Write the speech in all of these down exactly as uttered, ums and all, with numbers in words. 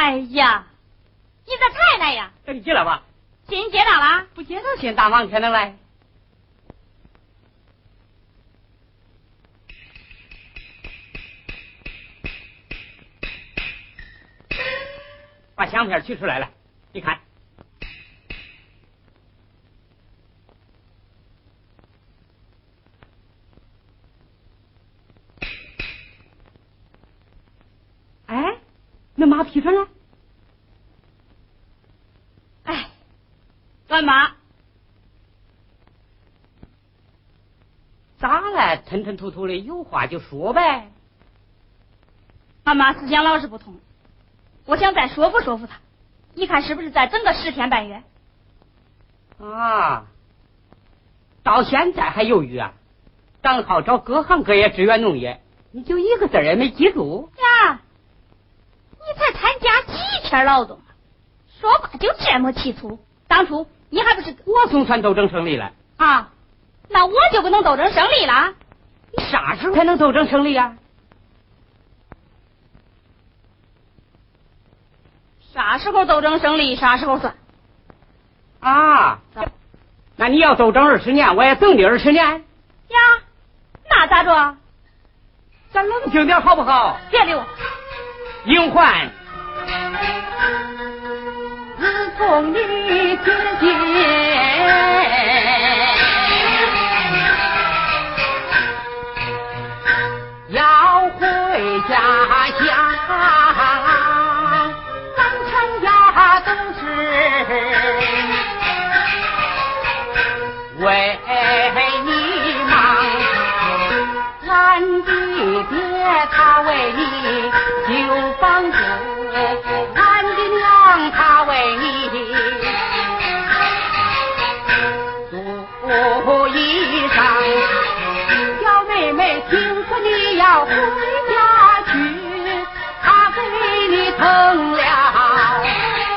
哎呀，你这才来呀？ 这你接了吧？ 信接到了？ 不接到信，大忙天能来。把相片取出来了，你看。哎，那马批准了。 哎，干嘛？ 咋了？吞吞吐吐的，有话就说呗。 妈妈思想老是不同，我想再说服说服他，你看是不是再整个十天半月？ 啊，到现在还犹豫啊？党号召各行各业支援农业，你就一个字也没记住呀？你才参加几天劳动啊？说话就这么气粗？当初你还不是我总算斗争胜利了啊？那我就不能斗争胜利了？ 你啥时候才能斗争胜利啊？ 啥时候斗争胜利，啥时候算啊？那你要斗争二十年，我也等你二十年呀？那咋着？ 咱冷静点好不好？ 别理我。 英焕，自从你姐姐要回家乡，咱全家都是为你忙，俺的爹他为你修房子，俺的娘她为你做衣裳。小妹妹听说你要回家去，她给你腾了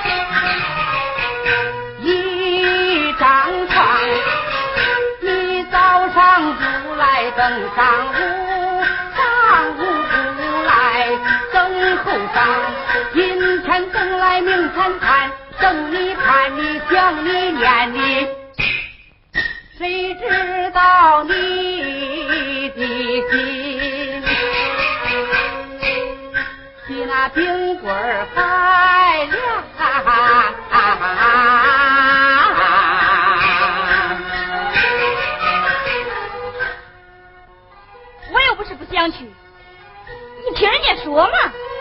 一张床，你早上不来等上午，上午不来等后晌，今天等来明天看，等你盼你想你念你，谁知道你的心比那冰棍儿还凉。 我又不是不想去，你听人家说嘛。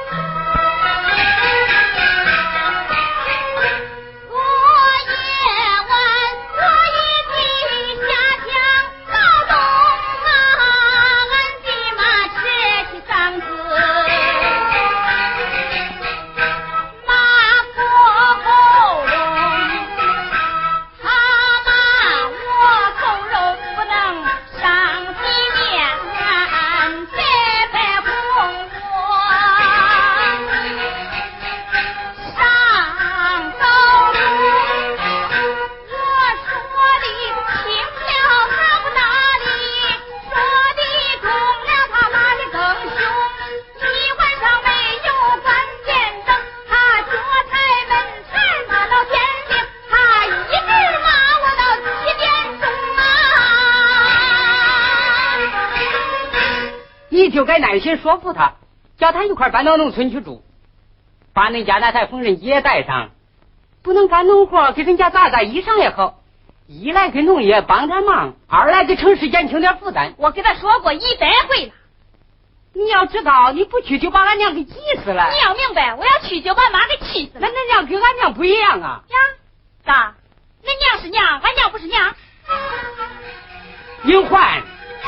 就该耐心说服他，叫他一块搬到农村去住，把恁家那台缝纫机也带上，不能干农活，给人家打打衣裳也好，一来给农业帮点忙，二来给城市减轻点负担。 我给他说过一百回了， 你要知道，你不去就把俺娘给急死了。 你要明白，我要去就把妈给气死了。 那恁娘跟俺娘不一样啊！ 呀，咋？恁娘是娘，俺娘不是娘。 英焕，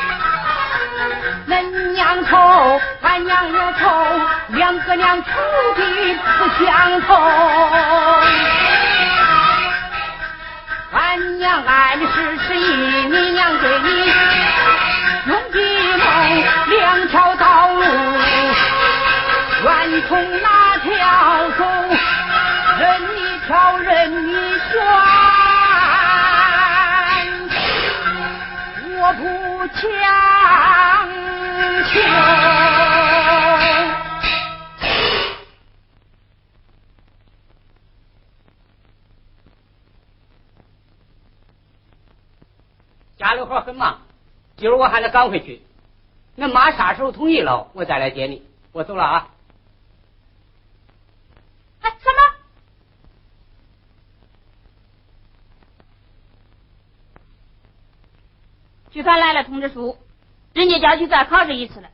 恁娘丑，俺娘也丑，两个娘丑的不相同。俺娘爱的是十一，你娘对你用的梦，两条道路，愿从哪条走，任你挑，任你选。我不强求。 里活很忙，今儿我还得赶回去。那妈啥时候同意了，我再来接你。我走了啊。 哎，什么？据传来了通知书，人家叫去再考试一次了。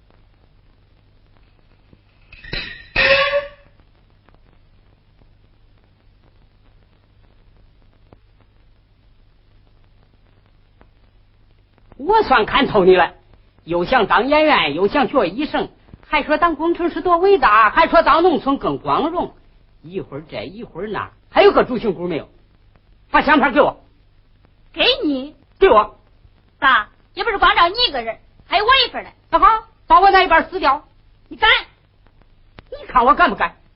我算看透你了，又想当演员，又想学医生，还说当工程师多伟大，还说当农村更光荣，一会儿这一会儿那，还有个主心骨没有？把相片给我。 给你？ 给我。 爸，也不是光照你一个人，还有我一份呢。 那好，把我那一半撕掉。 你敢？ 你看我敢不敢？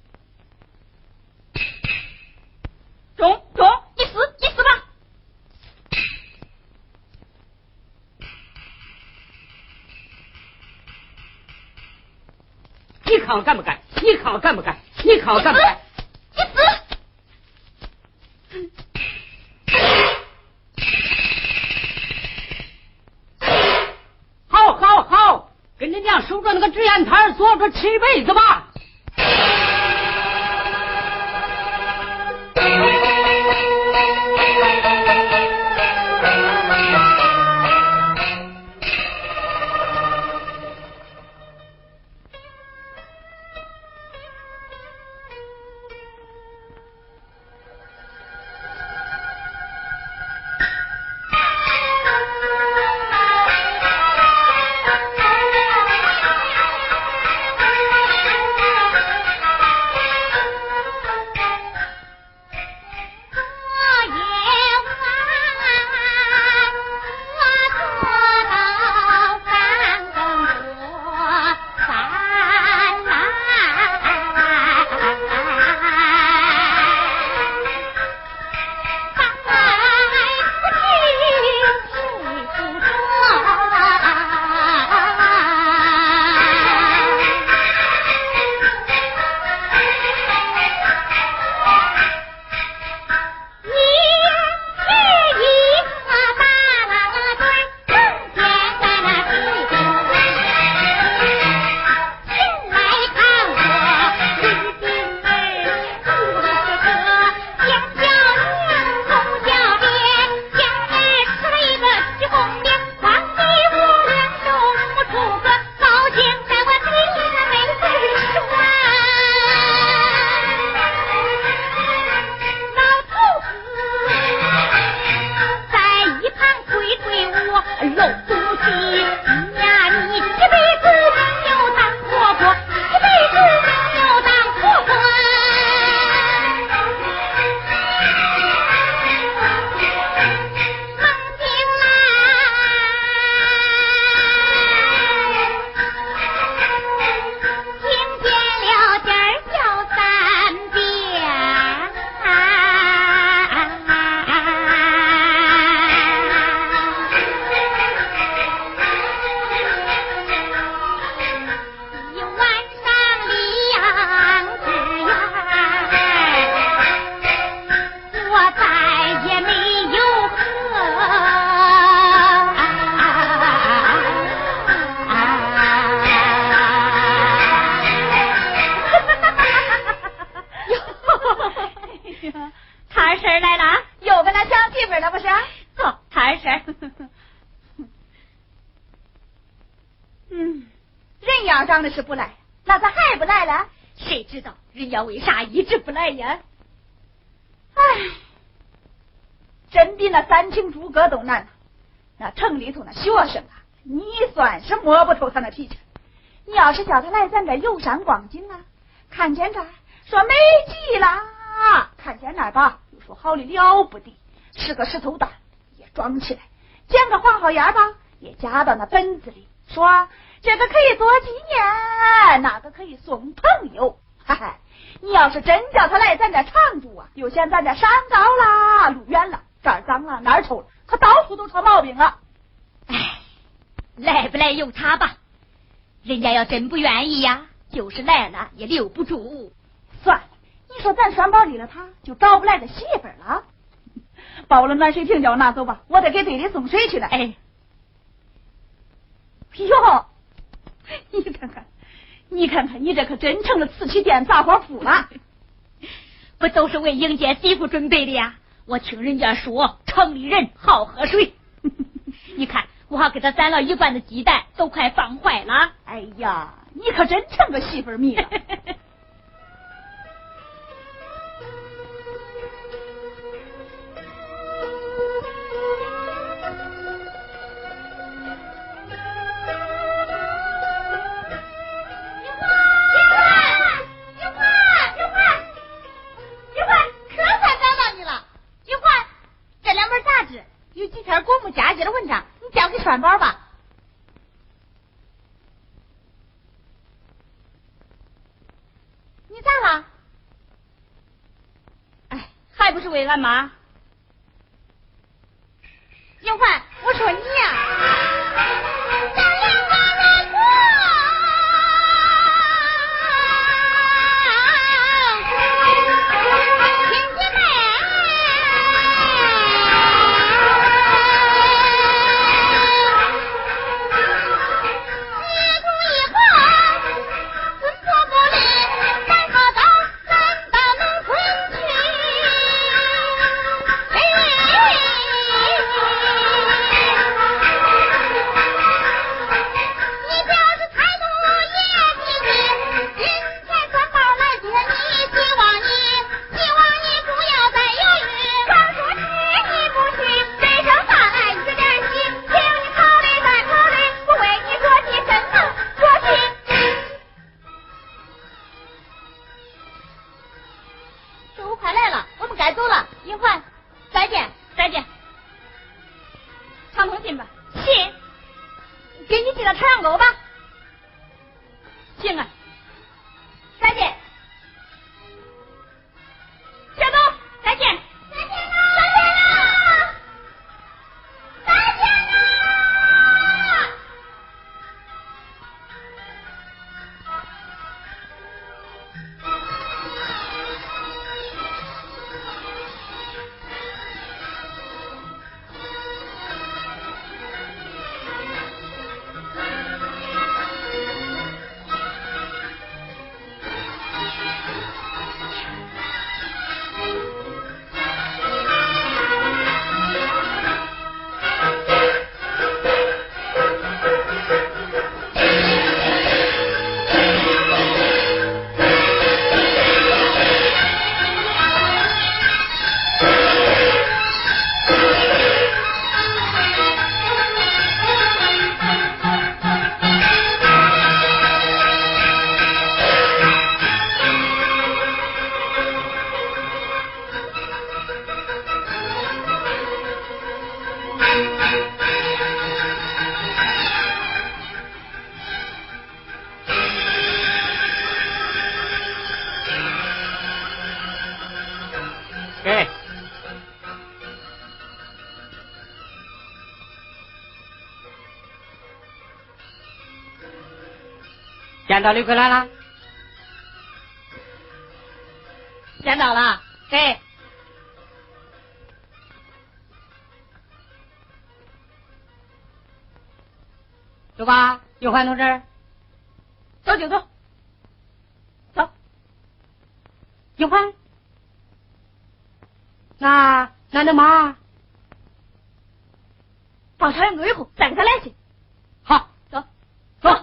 中中，你撕你撕吧。 你看我敢不敢？你看我敢不敢？你看我敢不敢？ 你撕！ 好，好，好，跟你娘守着那个纸烟摊坐着吃一辈子吧。 长的是不来，那咋还不来了？谁知道人家为啥一直不来呀？唉，真比那三清诸葛都难。那城里头那学生啊，你算是摸不透他那脾气。你要是叫他来咱这游山逛景啊，看见这儿说美极啦，看见那儿吧又说好的了不得，是个石头蛋也装起来，捡个黄好眼吧也夹到那本子里，说这个可以做纪念，那个可以送朋友。哈哈，你要是真叫他来咱这常住啊，又嫌咱这山高啦，路远了，这儿脏了那儿臭了，他到处都挑毛病了。 哎，来不来由他吧，人家要真不愿意呀，就是来了也留不住。 算了，你说咱拴宝离了他，就找不来个媳妇儿了。 包了暖水瓶叫我拿走吧，我得给堆里送水去呢。 哎， 哟，你看看，你看看，你这可真成了瓷器店杂货铺了。 不都是为迎接媳妇准备的呀？我听人家说城里人好喝水，你看我还给他攒了一罐子鸡蛋，都快放坏了。 哎呀，你可真成个媳妇儿蜜了。 有几篇国母家姐的文章，你交给栓宝吧。你咋了？ 哎，还不是为俺妈。 英焕，我说你呀、啊。 见到刘桂兰了？ 见到了，给。 走吧，有欢同志。 走就走。走。 有欢。那那那妈。 报朝阳路以后再给他来去。 好， 走， 走。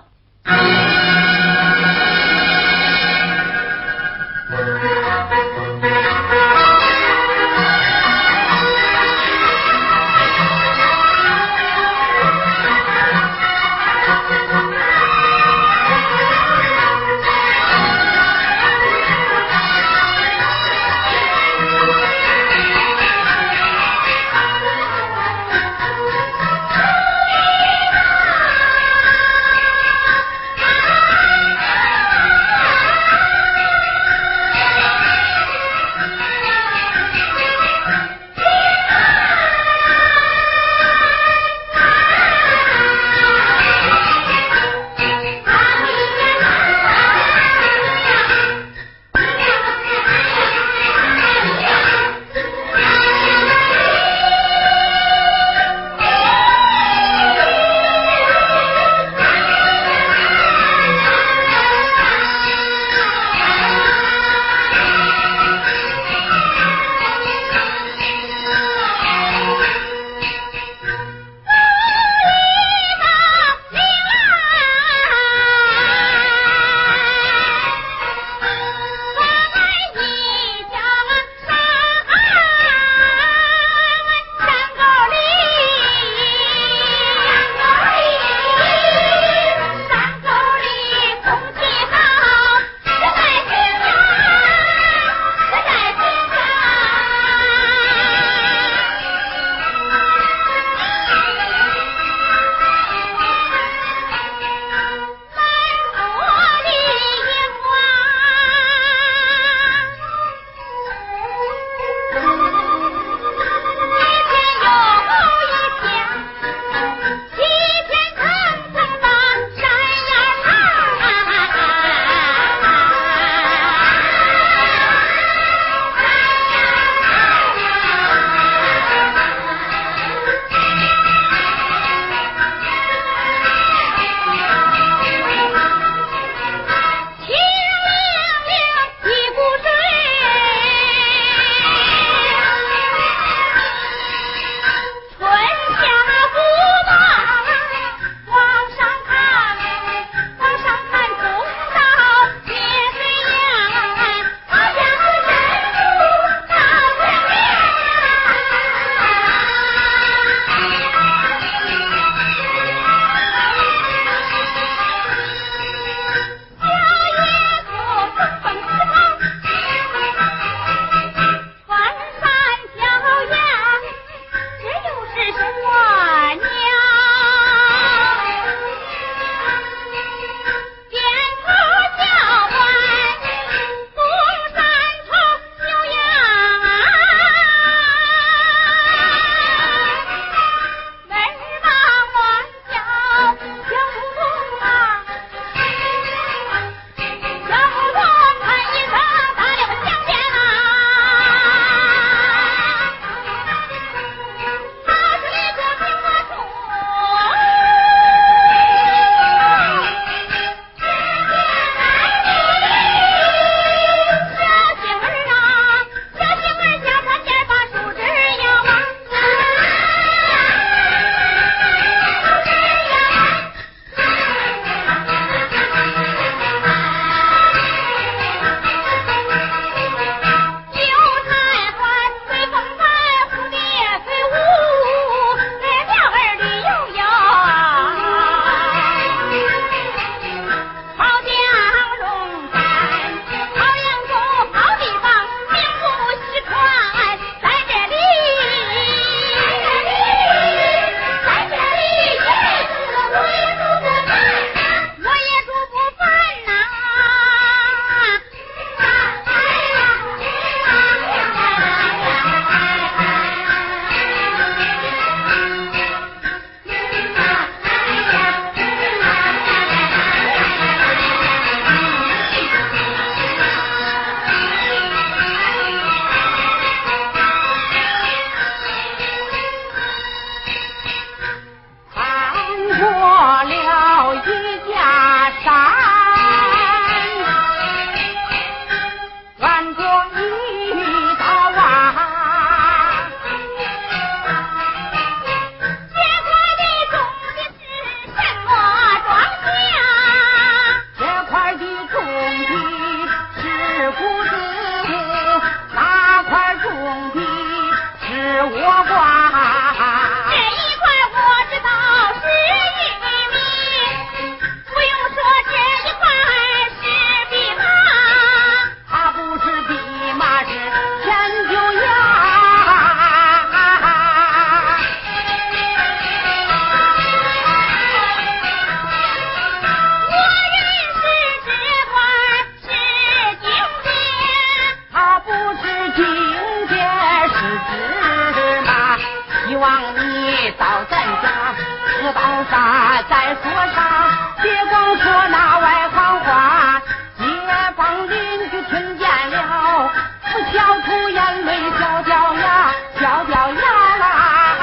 个刀杀。再说啥，别光说那外行话，街坊邻居听见了，笑出眼泪，笑掉牙，笑掉牙啦。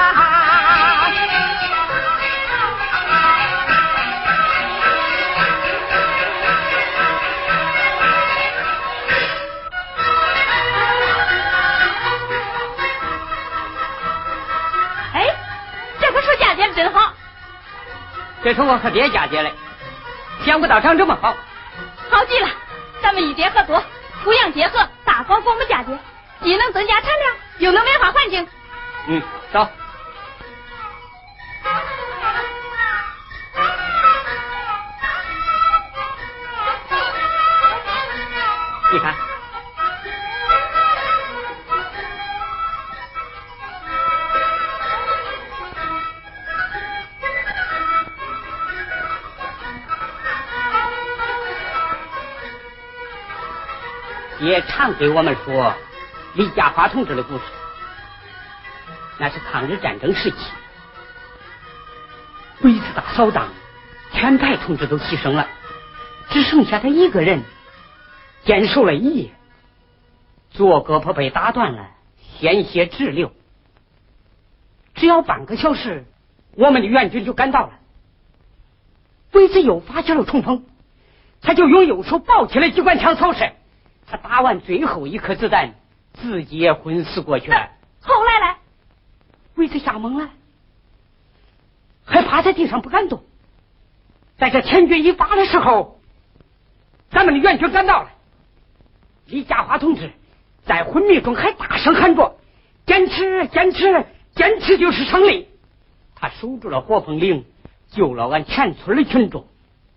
真好， 这是我和爹嫁接嘞，想不到长这么好。 好极了，咱们一结合作，互相结合，大方给我们嫁接，既能增加产量，又能美化环境。 嗯，走。你看。也常给我们说李家华同志的故事，那是抗日战争时期，有一次大扫荡，全排同志都牺牲了，只剩下他一个人坚守了一夜，左胳膊被打断了，鲜血直流。只要半个小时，我们的援军就赶到了。鬼子又发起了冲锋，他就用右手抱起了机关枪扫射。他打完最后一颗子弹，自己也昏死过去了。 后来呢？ 鬼子吓懵了，还趴在地上不敢动。在这千钧一发的时候，咱们的援军赶到了。李家华同志在昏迷中还大声喊着：“坚持，坚持，坚持就是胜利！”他守住了火凤岭，救了俺全村的群众。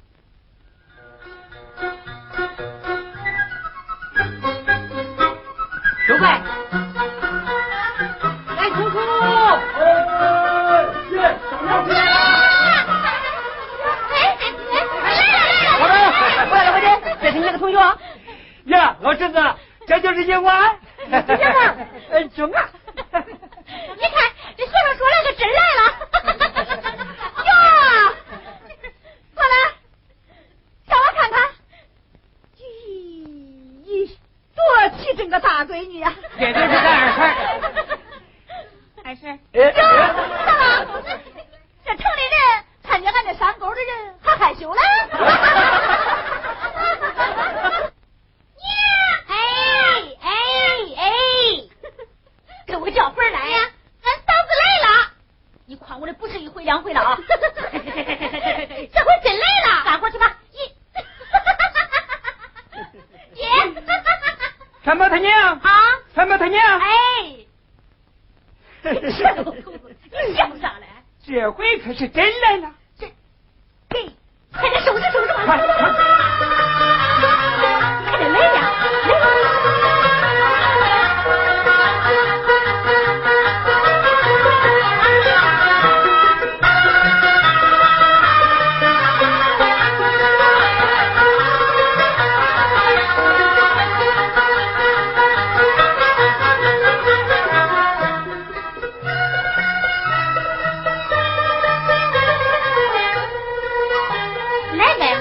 刘快，来叔叔！ 哎，耶，小娘子来了！ 哎哎，来了来了！ 回来了，回来，这是你那个同学？ 呀，老侄子，这就是叶万。 叶万，哎，中啊！ 你看这学生说来个真来了！哟，过来，让我看看。 咦，多气整个大闺女呀！ 这就是咱二婶。 二婶， 哟，大郎，这城里人看见俺这山沟的人还害羞嘞。 哎哎哎， 给我叫回来呀！ 俺嫂子来了。 你诓我的不是一回两回了啊！ 这回真来了， 干活去吧！ 姐， 三宝他娘啊， 三宝他娘， 哎， 这小子，你笑啥嘞？ 这回可是真来了。 这，给，快点收拾收拾吧！ 快快！ 快点来呀！ 来呗。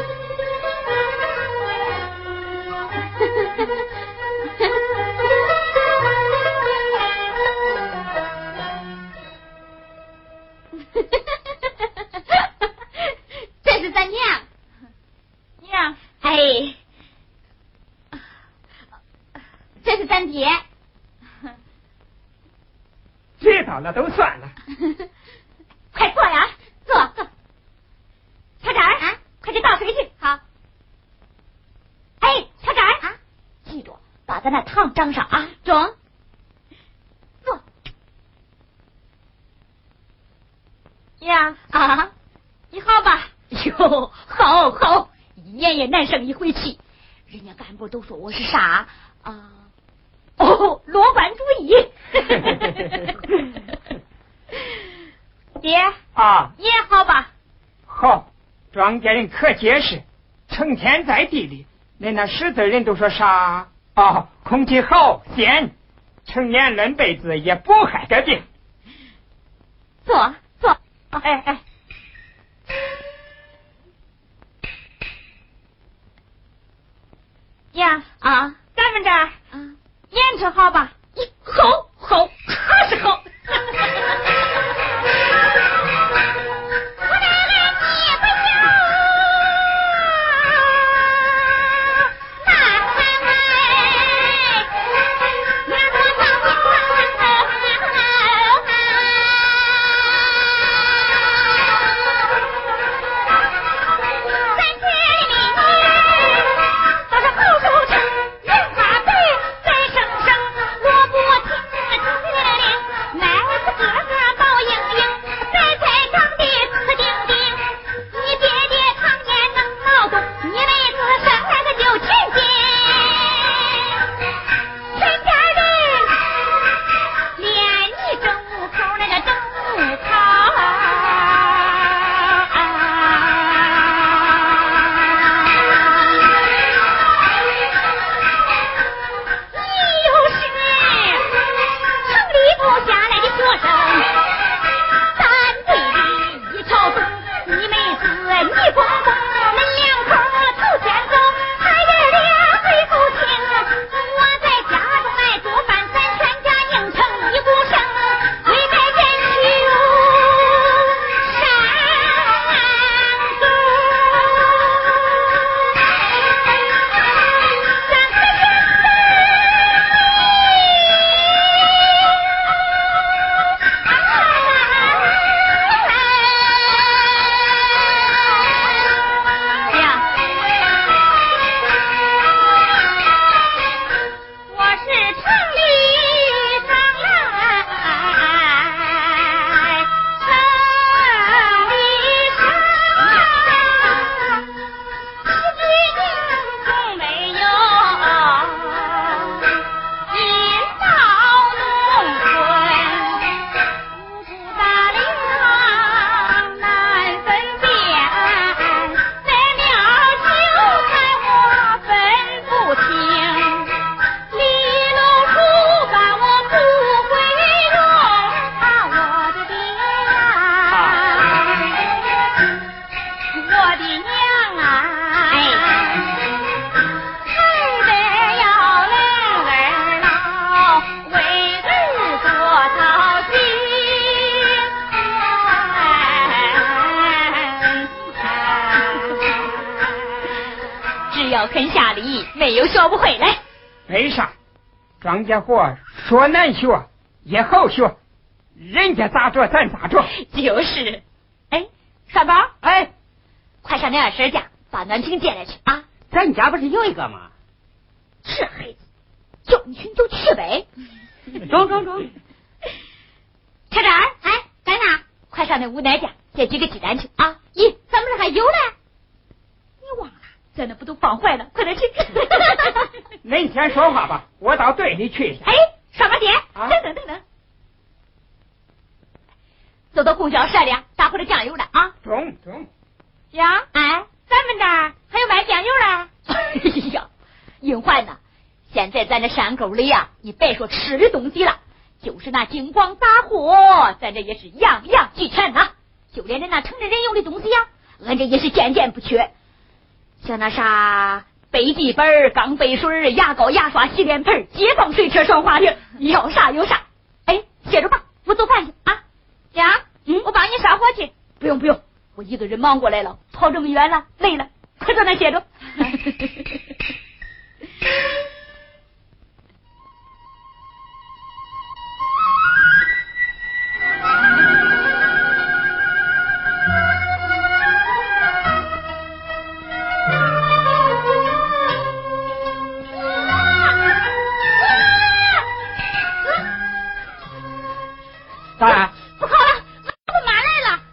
这是咱娘。 娘， 哎，这是咱爹。 知道了都算了。 快坐呀， 坐坐。 小展儿啊， 快去倒水去。 好。 哎，小展儿啊， 记住把咱那糖装上啊。 中。 坐。呀啊， 你好吧？哟，好好，一年也难生一回气。人家干部都说我是啥啊？哦，罗贯主义。爹啊， 你也好吧？ 好，庄稼人可结实，成天在地里，连那识字人都说啥？哦，空气好鲜，成年论辈子也不害个病。 坐坐。哎哎， 呀啊， 咱们这儿啊， 演出好吧？ 好，好，可是好。 肯下礼，没有学不会来。 没啥，庄稼活说难学也好学，人家咋着咱咋着。 就是，哎，三宝， 哎， 快上那二婶家把暖瓶借来去啊！ 咱家不是有一个吗？ 这孩子，叫你去就去呗。 中中中。 车长，哎，干啥？快上那吴奶家借几个鸡蛋去啊！咦，咱们这还有呢？你忘了？咱那不都放坏了？快点去！ 恁先说话吧，我到队里去一下。 哎，上班姐， 啊、 等等等等，走到供销社里打回来酱油的啊！ 中中。 呀，哎，咱们这儿还有卖酱油的。哎呀，英焕呐，现在咱这山沟里呀，你别说吃的东西了，就是那金光杂货，咱这也是样样俱全呐。就连着那成人人用的东西呀，俺这也是件件不缺。像那啥笔记本、钢杯水、牙膏、牙刷、洗脸盆、解放水车、双滑梯，要啥有啥。哎，歇着吧，我做饭去啊。呀，嗯，我帮你烧火去。不用不用，我一个人忙过来了，跑这么远了，累了，快坐那歇着。 当然不考了，我妈来了。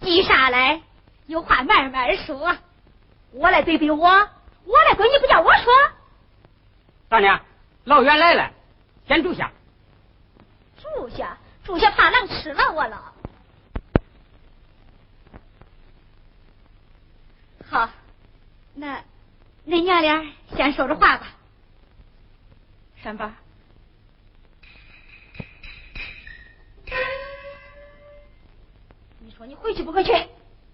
急啥来？有话慢慢说。 我来对比我，我来对你不叫我说。 大娘，老远来了，先住下。 住下，住下，怕狼吃了我了。好，那那娘俩先说着话吧。 山宝，你说你回去不回去？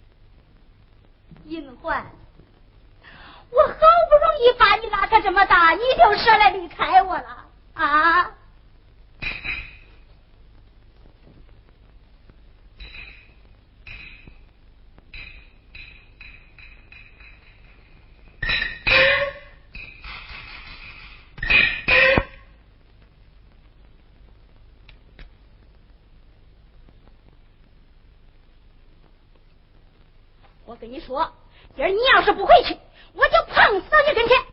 银环，我好不容易把你拉扯这么大，你就舍来离开我了啊！我跟你说，今儿你要是不回去，我就碰死你跟前。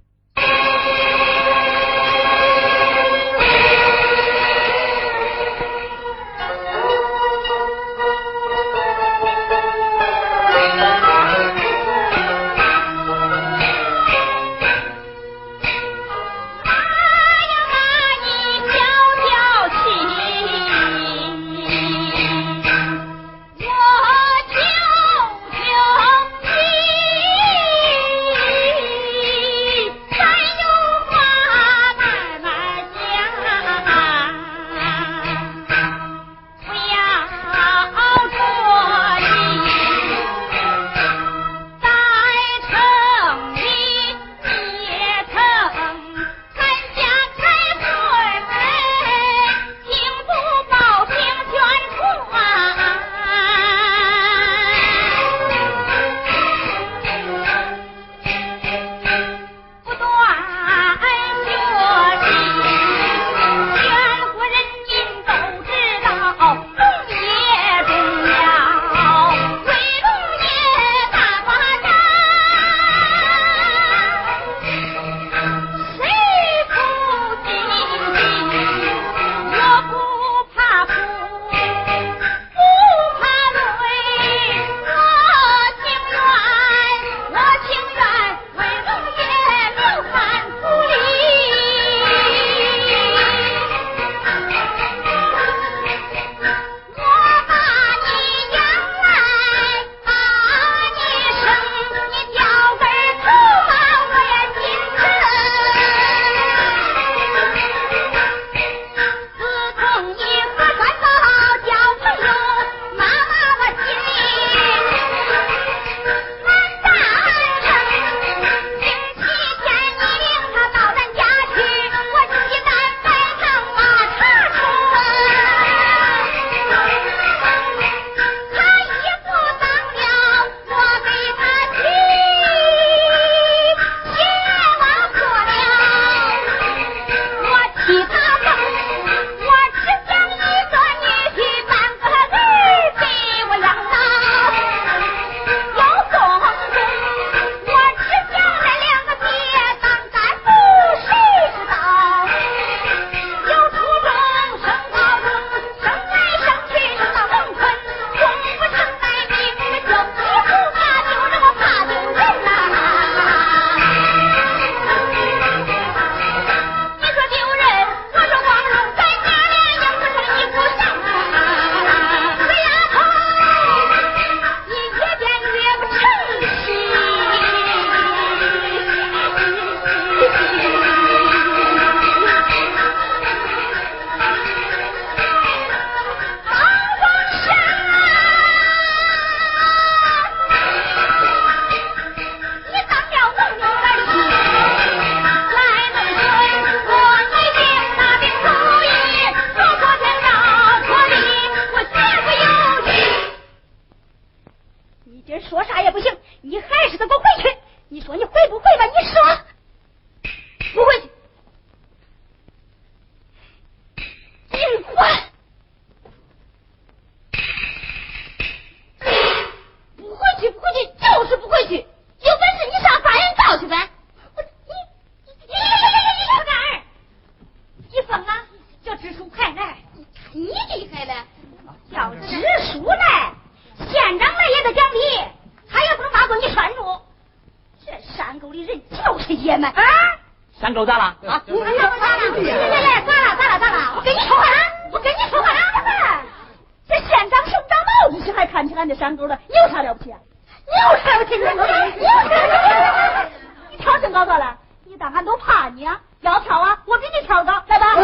山沟咋了？ 啊，咋了？来来来，咋了？咋了？咋了？我跟你说话，我跟你说话， 这县长手长帽子时还看起俺这山沟了，有啥了不起啊？有啥了不起？有啥了？你挑身高多了？你当俺都怕你啊？要挑啊，我给你挑高，来吧。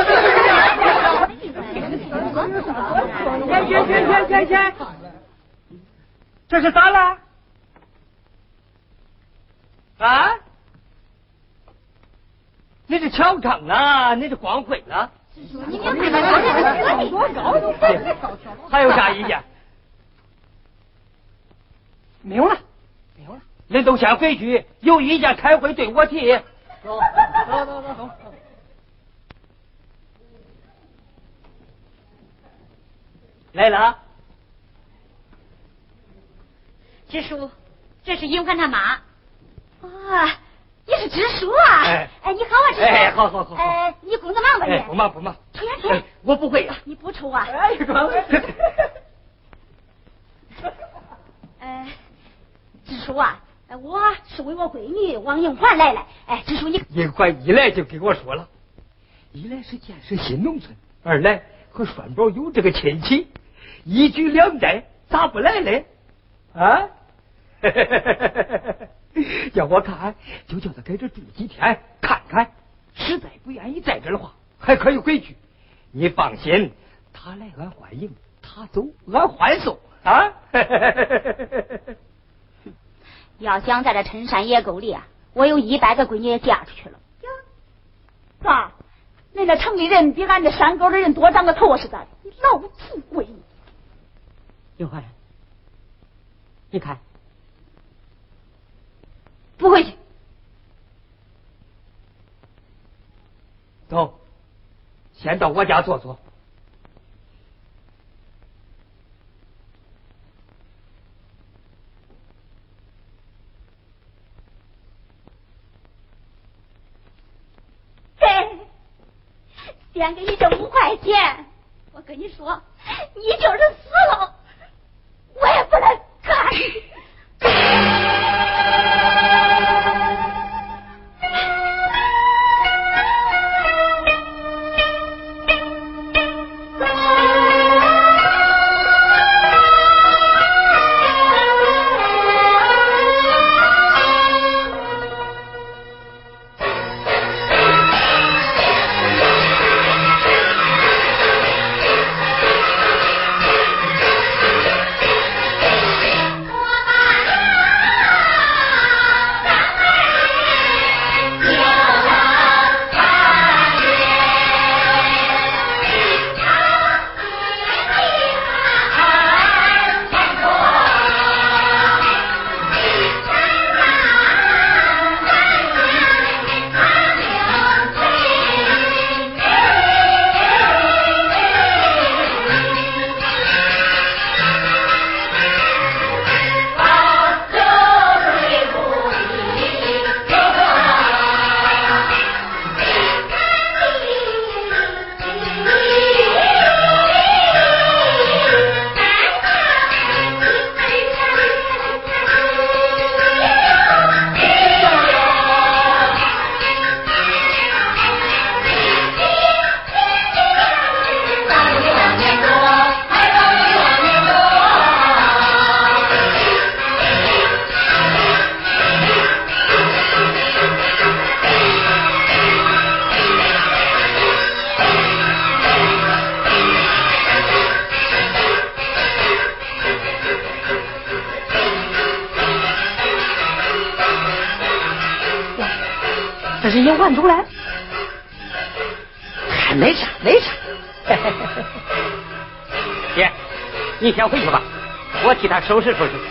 行行行行行行，这是咋了？啊？那是敲场了，那是光辉了。还有啥意见？没有了，没有了。人都先回去，有意见开会对我提。走走走走走。来了。 支书，这是银环他妈。啊，你是支书啊？ 哎， 哎，你好啊，支书。 哎，好好好。 哎，你工作忙吧你？ 哎，不忙不忙。 抽烟抽。 我不会。 你不抽啊？ 哎，光。 呃，支书啊，我是为我闺女王银环来了。哎，支书你。 银环一来就给我说了，一来是建设新农村，二来和栓宝有这个亲戚，一举两得，咋不来嘞？啊？要我看，就叫他在这住几天看看，实在不愿意在这的话，还可以回去。你放心，他来俺欢迎，他走俺欢送啊！ 要想在这陈山野沟里啊，我有一百个闺女也嫁出去了。 呀，爸，恁这城里人比俺这山沟的人多长个头是咋的？你老气闺女。 银环，你看。 不回去。 走，先到我家坐坐。 嘿，先给你这五块钱，我跟你说，你就是死了，我也不能干你。 这是银环出来，还没啥没啥。姐，你先回去吧，我替他收拾收拾。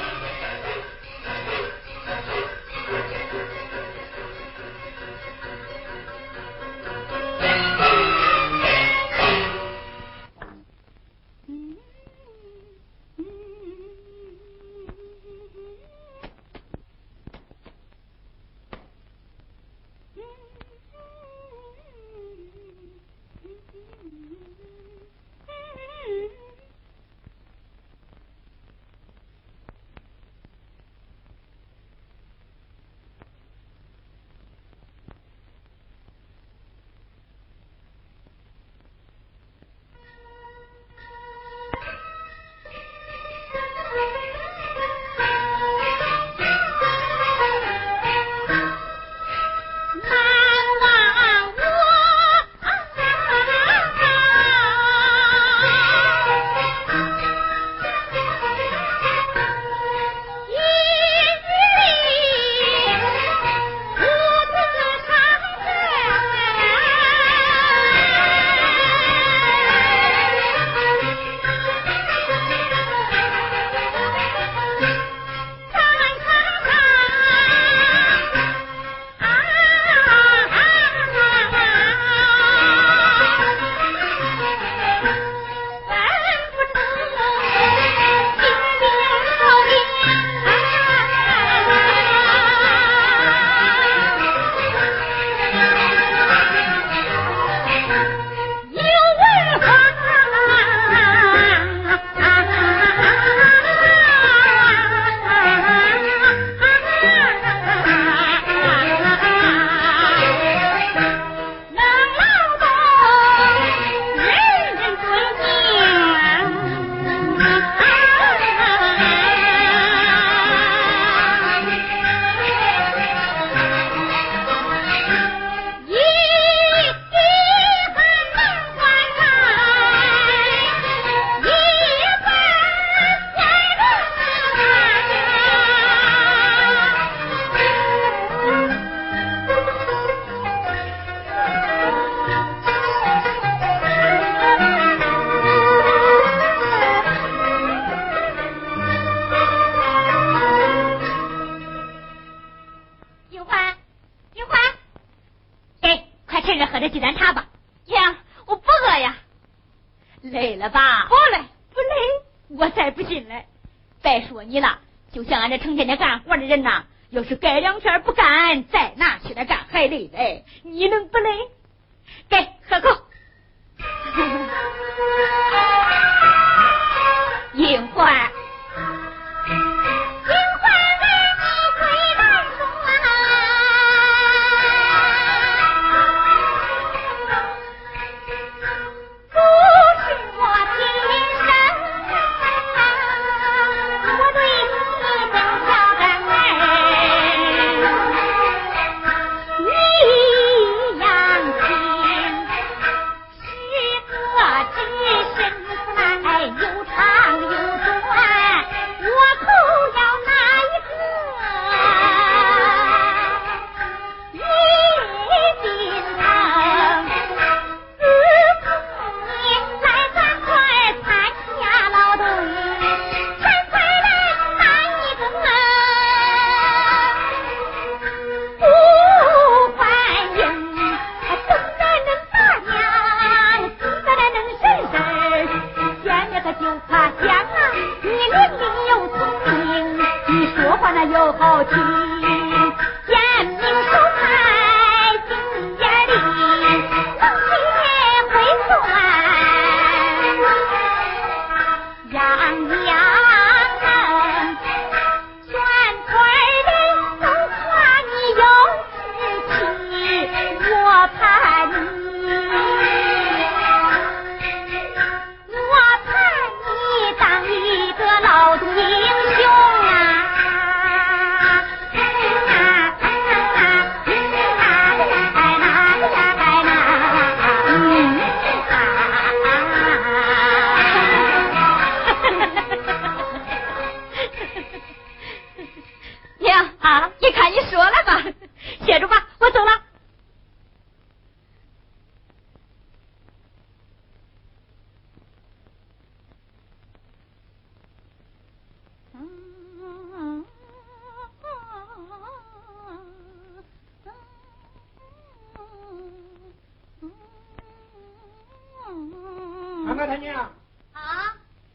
俺他娘啊！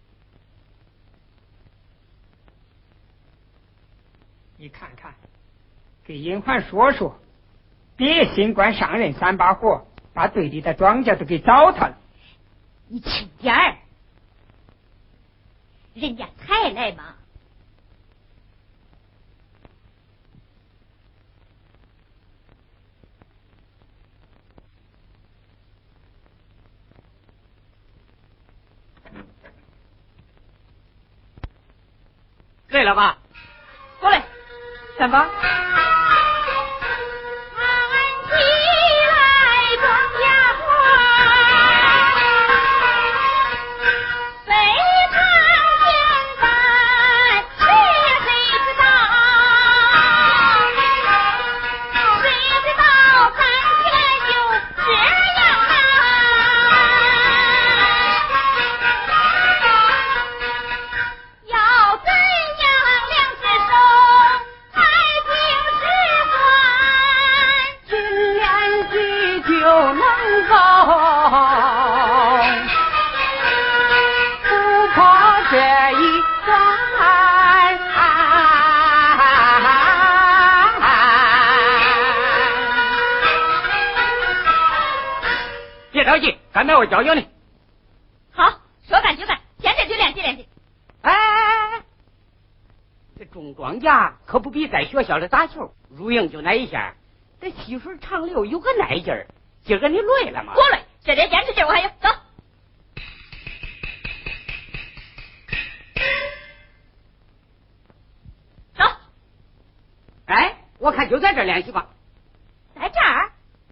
你看看，给银环说说，别新官上任三把火，把队里的庄稼都给糟蹋了。 你轻点儿，人家才来嘛。 对了吧？ 过来，三宝。 赶到我教教你。 好，说干就干，现在就练习练习。 哎哎哎，这种庄稼可不比在学校里打球入营就那一下，这细水长流有个耐劲儿。今个你累了吗？ 我累，这点坚持劲我还有。走。走。 哎，我看就在这儿练习吧。 在这儿？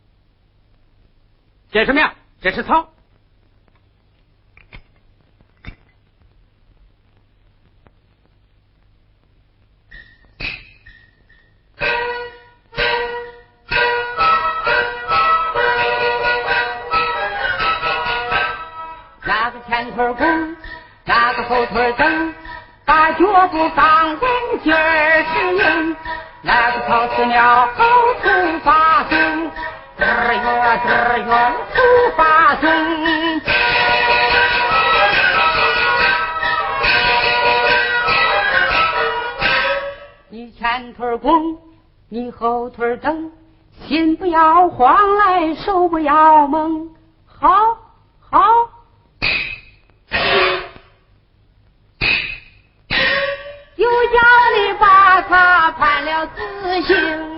这什么呀？这是草。 那个前腿弓，那个后腿蹬，把脚步放稳劲儿是硬。那个草饲鸟后头发松，吱儿哟吱儿哟头发松。你前腿弓，你后腿蹬，心不要慌来，手不要猛，好好。又叫你把他判了死刑。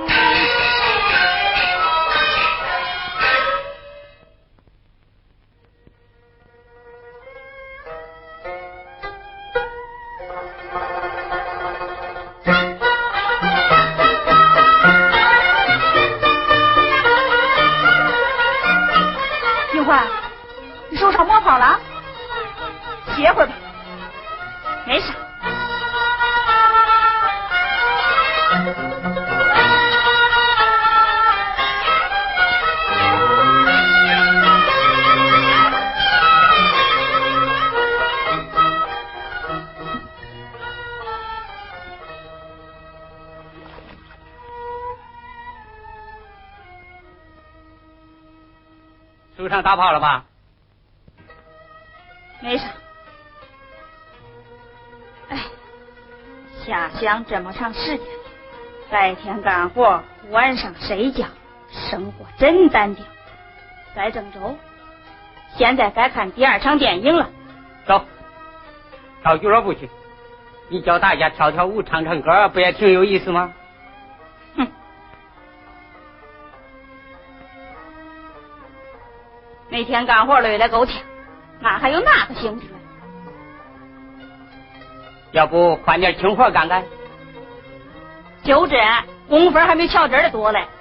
金焕，你手上磨泡了，歇会儿吧。 没事。 手上打泡了吧？ 没事。哎，下乡这么长时间，白天干活，晚上睡觉，生活真单调。在郑州，现在该看第二场电影了。 走，到俱乐部去，你教大家跳跳舞、唱唱歌，不也挺有意思吗？ 哼。每天干活累得够呛，哪还有那个兴致？ 要不换点轻活干干？ 就这工分还没乔真的多嘞。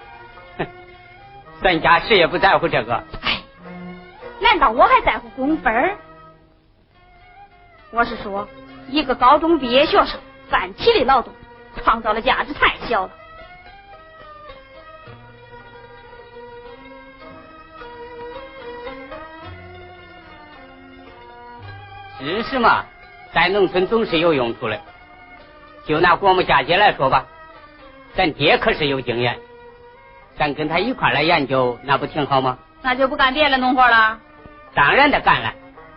咱家谁也不在乎这个。 哎，难道我还在乎工分？我是说，一个高中毕业学生干体力劳动，创造的价值太小了。 知识嘛，在农村总是有用处的。就拿国木下姐来说吧，咱爹可是有经验，咱跟他一块来研究，那不挺好吗？ 那就不干别的农活了？ 当然得干了。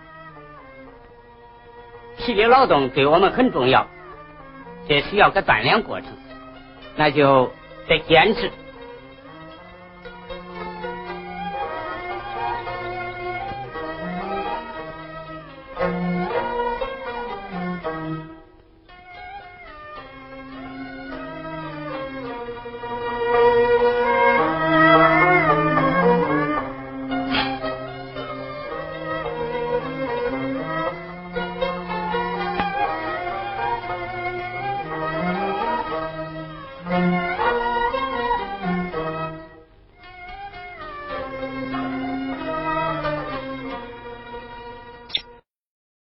体力劳动对我们很重要，这需要个锻炼过程，那就得坚持。